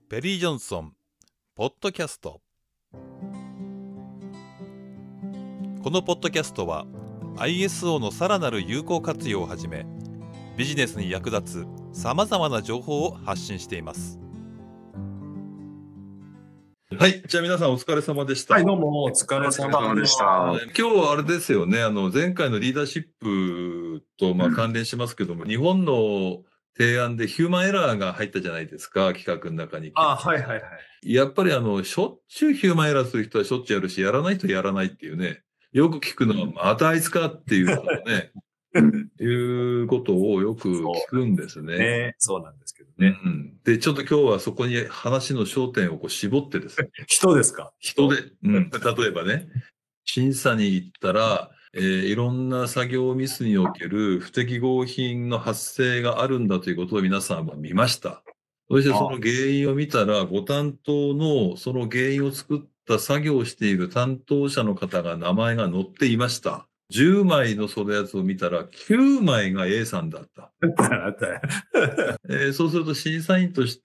ペリー・ジョンソンポッドキャスト。このポッドキャストは ISO のさらなる有効活用をはじめ、ビジネスに役立つさまざまな情報を発信しています。はい、じゃあ皆さんお疲れ様でした。 はい、どうもお疲れ様でした。 今日はあれですよね、前回のリーダーシップと関連しますけども、日本の提案でヒューマンエラーが入ったじゃないですか、企画の中に。 はいはいはい。 やっぱりしょっちゅうヒューマンエラーする人はしょっちゅうやるし、やらない人はやらないっていうね、よく聞くのは、またあいつかっていうのね、いうことをよく聞くんですね。 そうなんですけどね。 で、ちょっと今日はそこに話の焦点を絞ってですね。 人ですか？ 人で。例えばね、審査に行ったら、いろんな作業ミスにおける不適合品の発生があるんだということを皆さんは見ました。そしてその原因を見たら、ご担当のその原因を作った作業をしている担当者の方が名前が載っていました。10枚のそのやつを見たら9枚が A さんだった。そうすると審査員として、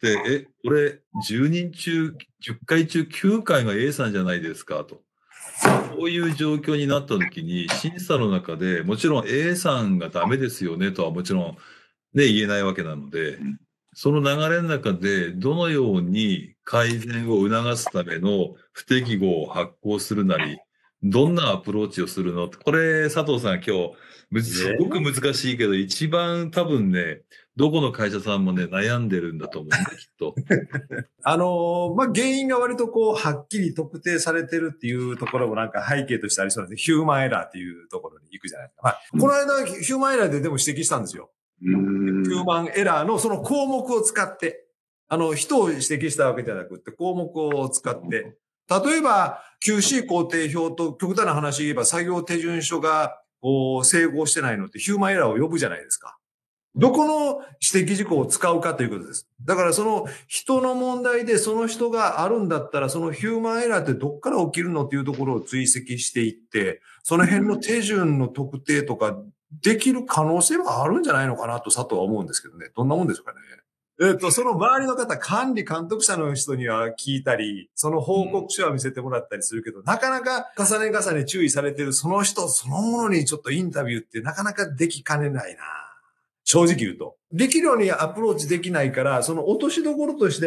これ10人中、10回中9回が A さんじゃないですかと。こういう状況になった時に、審査の中でもちろん A さんがダメですよねとはもちろんね、言えないわけなので、その流れの中でどのように改善を促すための不適合を発行するなり、どんなアプローチをするのって、これ佐藤さん今日、すごく難しいけど、一番多分ね、どこの会社さんもね、悩んでるんだと思うんだ、きっと。 原因が割とはっきり特定されてるっていうところもなんか背景としてありそうなんで、ヒューマンエラーっていうところに行くじゃないですか。この間、ヒューマンエラーででも指摘したんですよ。ヒューマンエラーのその項目を使って、人を指摘したわけじゃなくて、項目を使って、例えば、QC 工程表と極端な話言えば作業手順書が整合してないのってヒューマンエラーを呼ぶじゃないですか。どこの指摘事項を使うかということです。だからその人の問題でその人があるんだったら、そのヒューマンエラーってどっから起きるのっていうところを追跡していって、その辺の手順の特定とかできる可能性はあるんじゃないのかなと佐藤は思うんですけどね。どんなもんですかね。その周りの方、管理監督者の人には聞いたり、その報告書は見せてもらったりするけど、なかなか重ね重ね注意されてるその人そのものにちょっとインタビューってなかなかできかねないな。正直言うと。できるようにアプローチできないから、その落としどころとして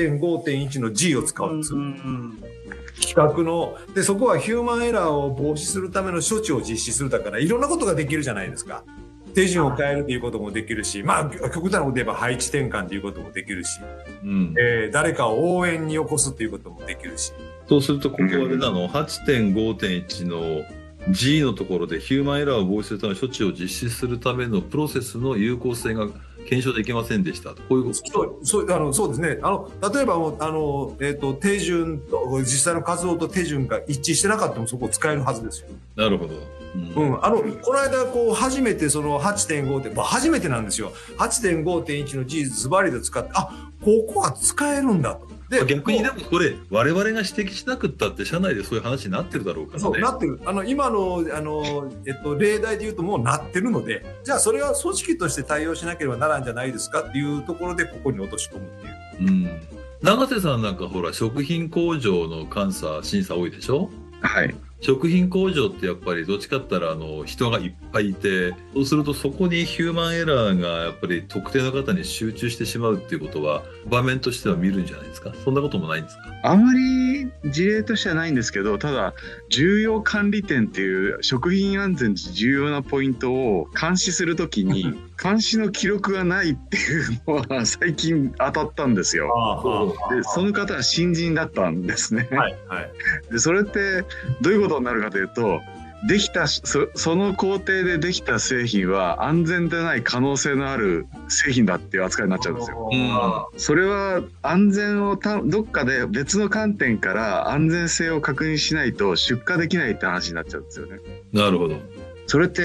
8.5.1 の G を使うんです。企画の。で、そこはヒューマンエラーを防止するための処置を実施するだから、いろんなことができるじゃないですか。手順を変えるということもできるし、極端なこと言えば配置転換ということもできるし、誰かを応援に起こすということもできるし。 そうすると、ここはあれなの、8.5.1 のG のところでヒューマンエラーを防止するための処置を実施するためのプロセスの有効性が検証できませんでしたと。こういうこと。 そうですね。例えば手順と、実際の活動と手順が一致してなかったもそこを使えるはずですよ。 なるほど。 この間、初めてその 8.5 点、初めてなんですよ。8.5.1 の G ズバリで使って、ここは使えるんだと。 で逆にでもこれ我々が指摘しなくったって社内でそういう話になってるだろうからね。 そうなってる。今の例題で言うともうなってるので、じゃあそれは組織として対応しなければならんじゃないですかっていうところでここに落とし込むっていう。 永瀬さんなんかほら食品工場の監査審査多いでしょ。 はい。 食品工場ってやっぱりどっちかって言ったら人がいっぱいいて、そうするとそこにヒューマンエラーがやっぱり特定の方に集中してしまうっていうことは場面としては見るんじゃないですか。そんなこともないんですか。 あまり事例としてはないんですけど、ただ重要管理点っていう食品安全で重要なポイントを監視するときに監視の記録がないっていうのは最近当たったんですよ。でその方は新人だったんですね。でそれってどういうことになるかというと、できたその工程でできた製品は安全でない可能性のある製品だっていう扱いになっちゃうんですよ。それは安全をどっかで別の観点から安全性を確認しないと出荷できないって話になっちゃうんですよね。 なるほど。 それって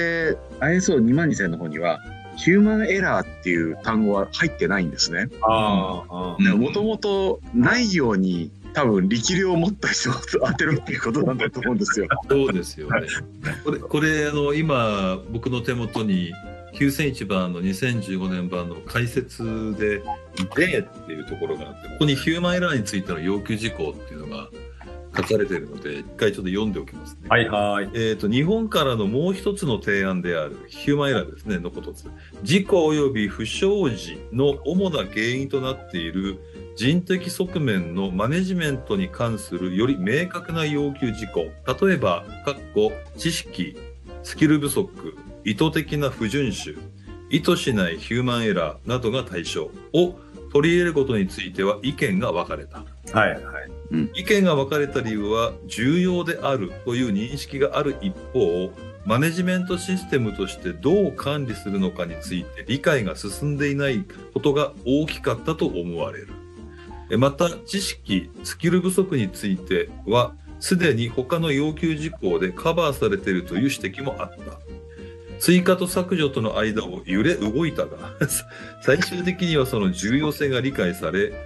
ISO22000 の方にはヒューマンエラーっていう単語は入ってないんですね。もともとないように多分力量を持った人を当てるっていうことなんだと思うんですよ。 そうですよね。これ今僕の手元に 9001番の2015年版の解説で例っていうところがあって、ここにヒューマンエラーについての要求事項っていうのが書かれているので、一回ちょっと読んでおきますね。 はいはい。 日本からのもう一つの提案であるヒューマンエラーですねのことです。事故及び不祥事の主な原因となっている人的側面のマネジメントに関するより明確な要求事項、例えば知識、スキル不足、意図的な不遵守、意図しないヒューマンエラーなどが対象を取り入れることについては意見が分かれた。 はいはい。 意見が分かれた理由は重要であるという認識がある一方、マネジメントシステムとしてどう管理するのかについて理解が進んでいないことが大きかったと思われる。また、知識、スキル不足についてはすでに他の要求事項でカバーされているという指摘もあった。追加と削除との間を揺れ動いたが最終的にはその重要性が理解され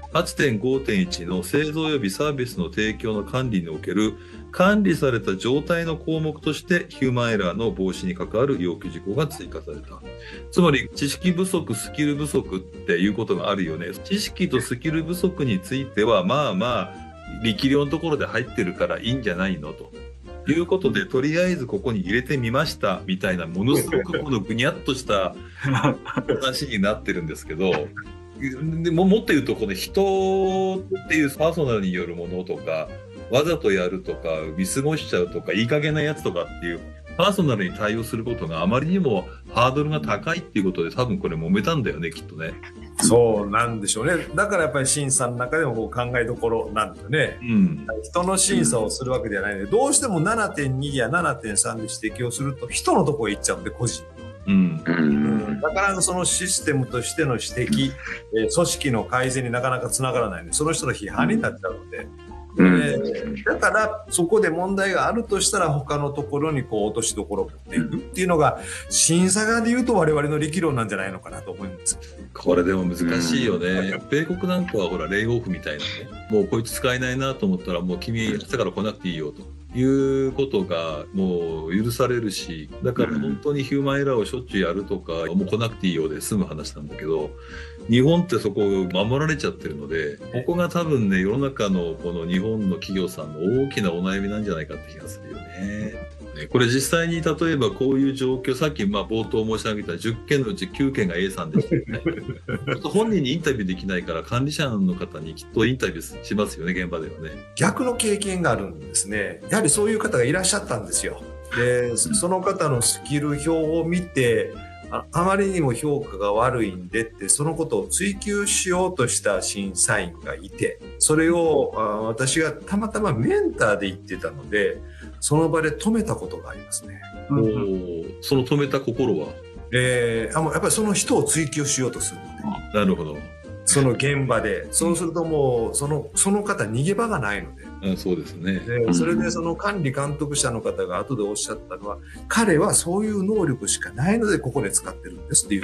8.5.1 の製造及びサービスの提供の管理における管理された状態の項目としてヒューマンエラーの防止に関わる要求事項が追加された。つまり知識不足、スキル不足っていうことがあるよね。知識とスキル不足についてはまあ力量のところで入ってるからいいんじゃないのということで、とりあえずここに入れてみましたみたいな、ものすごくこのぐにゃっとした話になってるんですけど、でもっと言うとこの人っていうパーソナルによるものとか、わざとやるとか見過ごしちゃうとかいい加減なやつとかっていうパーソナルに対応することがあまりにもハードルが高いっていうことで、多分これ揉めたんだよね、きっとね。 そうなんでしょうね。だからやっぱり審査の中でもこう考えどころなんだよね。人の審査をするわけではないので、どうしても 7.2 や 7.3 で指摘をすると人のところへ行っちゃうんで、個人。だからそのシステムとしての指摘、組織の改善になかなかつながらないので、その人の批判になっちゃうので。だからそこで問題があるとしたら他のところにこう落としどころを持っていくっていうのが審査側で言うと我々の力量なんじゃないのかなと思います。 これでも難しいよね。米国なんかはほらレイオフみたいなね、もうこいつ使えないなと思ったらもう君明日から来なくていいよということがもう許されるし、だから本当にヒューマンエラーをしょっちゅうやるとか、もう来なくていいようで済む話なんだけど、日本ってそこを守られちゃってるので、ここが多分ね、世の中のこの日本の企業さんの大きなお悩みなんじゃないかって気がするよね。これ実際に例えばこういう状況、さっき冒頭申し上げた10件のうち9件が A さんでしたよね。ちょっと本人にインタビューできないから管理者の方にきっとインタビューしますよね、現場ではね。 逆の経験があるんですね。やはりそういう方がいらっしゃったんですよ。で、その方のスキル表を見て、あまりにも評価が悪いんでってそのことを追求しようとした審査員がいて、それを私がたまたまメンターで言ってたのでその場で止めたことがありますね。 その止めた心は、 やっぱりその人を追求しようとするので。 なるほど。 その現場でそうするともうその方逃げ場がないので。 そうですね。 それでその管理監督者の方が後でおっしゃったのは、彼はそういう能力しかないのでここで使ってるんですっていう。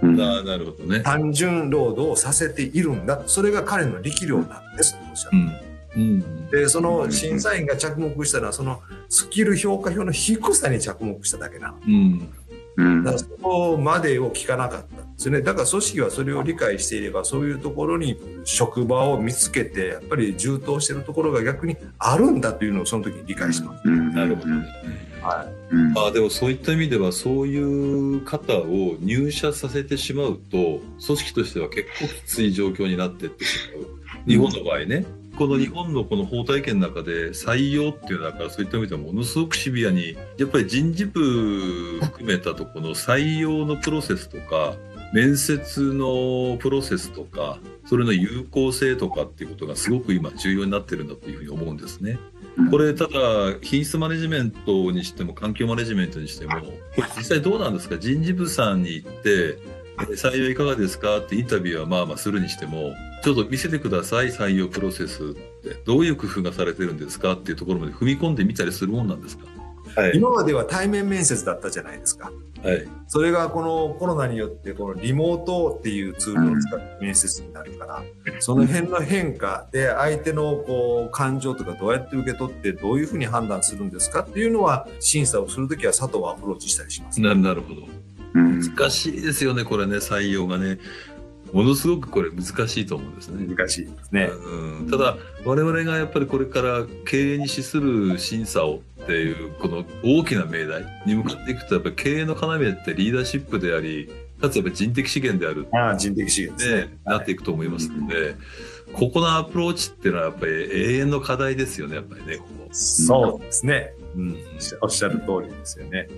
なるほどね。 単純労働をさせているんだ。それが彼の力量なんですっておっしゃった。で、その審査員が着目したのはそのスキル評価表の低さに着目しただけなの。だからそこまでを聞かなかったんですよね。だから組織はそれを理解していれば、そういうところに職場を見つけてやっぱり充当しているところが逆にあるんだというのをその時に理解します。 なるほどね。でもそういった意味ではそういう方を入社させてしまうと組織としては結構きつい状況になっていってしまう。日本の場合ね。この日本のこの法体系の中で採用っていうのは、そういった意味ではものすごくシビアに、やっぱり人事部含めたとこの採用のプロセスとか面接のプロセスとかそれの有効性とかっていうことがすごく今重要になってるんだというふうに思うんですね。これただ品質マネジメントにしても環境マネジメントにしても、これ実際どうなんですか。人事部さんに行って採用いかがですかってインタビューはまあするにしても、ちょっと見せてください採用プロセスってどういう工夫がされてるんですかっていうところまで踏み込んでみたりするもんなんですか。 今までは対面面接だったじゃないですか。それがこのコロナによってこのリモートっていうツールを使って面接になるから、その辺の変化で相手のこう感情とかどうやって受け取ってどういうふうに判断するんですかっていうのは審査をするときは佐藤はアプローチしたりします。 なるほど。 難しいですよね、これね、採用がね。ものすごくこれ難しいと思うんですね。 難しいですね。 ただ我々がやっぱりこれから経営に資する審査をっていうこの大きな命題に向かっていくと、やっぱり経営の要ってリーダーシップであり、かつやっぱり人的資源である人的資源ですね。 なっていくと思いますので、ここのアプローチっていうのはやっぱり永遠の課題ですよね、やっぱりね、ここ。 そうですね。おっしゃる通りですよね。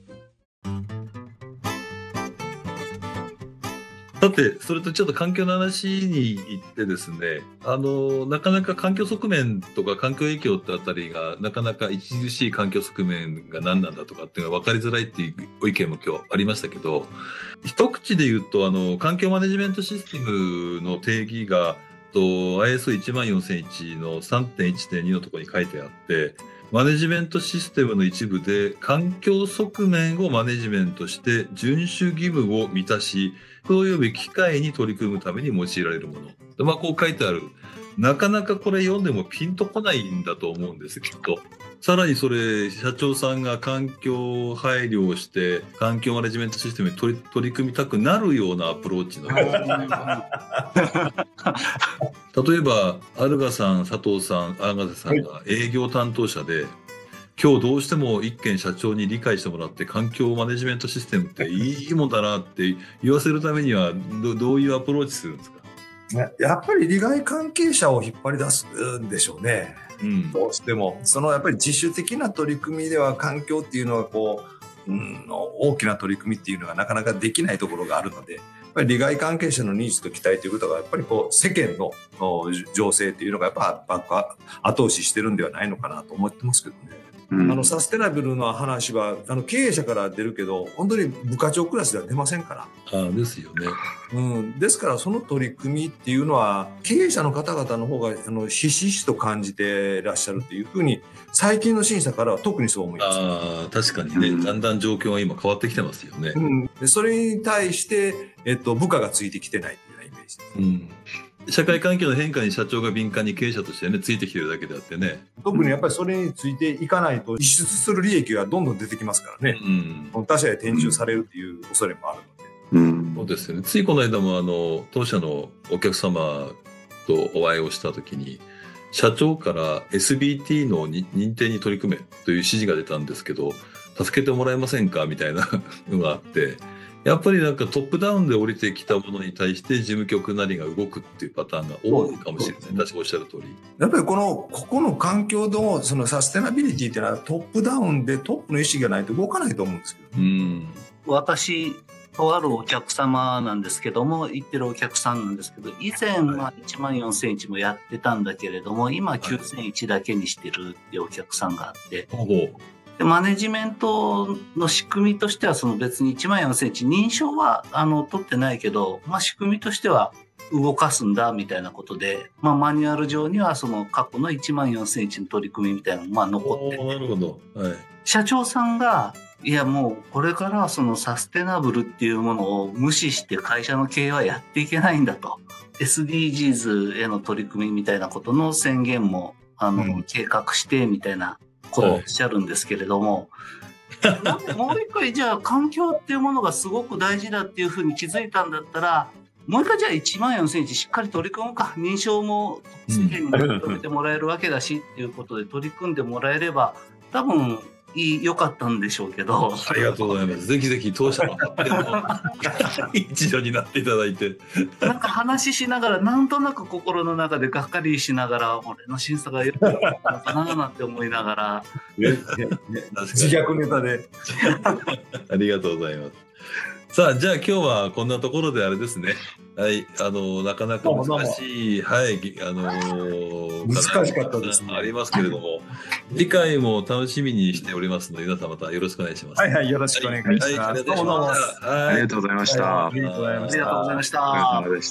さて、それとちょっと環境の話に行ってですね、なかなか環境側面とか環境影響ってあたりが、なかなか著しい環境側面が何なんだとかっていうのが分かりづらいっていうご意見も今日ありましたけど、一口で言うと、環境マネジメントシステムの定義が、ISO14001 の 3.1.2 のところに書いてあって、マネジメントシステムの一部で環境側面をマネジメントして遵守義務を満たし、および機械に取り組むために用いられるもの。こう書いてある。なかなかこれ読んでもピンとこないんだと思うんです、きっと。さらにそれ、社長さんが環境配慮をして、環境マネジメントシステムに取り組みたくなるようなアプローチの。例えば、アルガさん、佐藤さん、アガセさんが営業担当者で、今日どうしても一件社長に理解してもらって環境マネジメントシステムっていいもんだなって言わせるためにはどういうアプローチするんですか？ やっぱり利害関係者を引っ張り出すんでしょうね。どうしてもやっぱり自主的な取り組みでは環境っていうのは大きな取り組みっていうのがなかなかできないところがあるので、やっぱり利害関係者のニーズと期待ということがやっぱり世間の情勢っていうのがやっぱ後押ししてるんではないのかなと思ってますけどね。サステナブルな話は経営者から出るけど本当に部課長クラスでは出ませんから。 ですよね。 ですからその取り組みっていうのは経営者の方々の方がひしひしと感じてらっしゃるっていうふうに最近の審査からは特にそう思います。 確かにね、だんだん状況が今変わってきてますよね。 でそれに対して、部下がついてきてないというようなイメージです。 社会環境の変化に社長が敏感に経営者としてね、ついてきてるだけであってね。 特にやっぱりそれについていかないと逸出する利益がどんどん出てきますからね。他社へ転注されるっていう恐れもあるので。 そうですよね。ついこの間も当社のお客様とお会いをしたときに、社長から SBT の認定に取り組めという指示が出たんですけど、助けてもらえませんかみたいなのがあって、やっぱりトップダウンで降りてきたものに対して事務局なりが動くっていうパターンが多いかもしれない。確かおっしゃる通り。 やっぱりここの環境のサステナビリティっていうのはトップダウンでトップの意思がないと動かないと思うんですけど。 私とあるお客様なんですけども、行ってるお客さんなんですけど、以前は14001もやってたんだけれども、今9001だけにしてるっていうお客さんがあって。でマネジメントの仕組みとしては別に14001認証は取ってないけど、仕組みとしては動かすんだみたいなことで、マニュアル上には過去の14001の取り組みみたいなのが残ってて、 なるほど。 社長さんがいやもうこれからはサステナブルっていうものを無視して会社の経営はやっていけないんだと、 SDGs への取り組みみたいなことの宣言も計画してみたいなことをおっしゃるんですけれども、もう一回じゃあ環境っていうものがすごく大事だっていうふうに気づいたんだったら、もう一回じゃあ14001しっかり取り組むか、認証も世間に認めてもらえるわけだしっていうことで取り組んでもらえれば多分良かったんでしょうけど。 ありがとうございます。ぜひぜひ当社の一助になっていただいて。 なんか話しながらなんとなく心の中でがっかりしながら、俺の審査が良かったのかななんて思いながら。 自虐ネタで。 ありがとうございます。さあ、じゃあ今日はこんなところであれですね。はい、なかなか難しい、はい、 難しかったですね。 ありますけれども、次回も楽しみにしておりますので、皆さんまたよろしくお願いします。 はいはい、よろしくお願いします。 ありがとうございました。 ありがとうございました。 ありがとうございました。 ありがとうございました。 お疲れ様で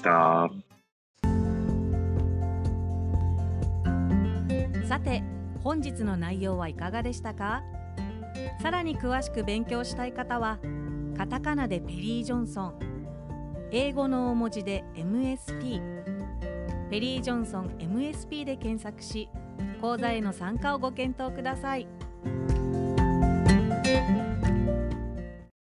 した。 さて、本日の内容はいかがでしたか？さらに詳しく勉強したい方はカタカナでペリー・ジョンソン、英語の大文字で MSP、ペリー・ジョンソン MSP で検索し、講座への参加をご検討ください。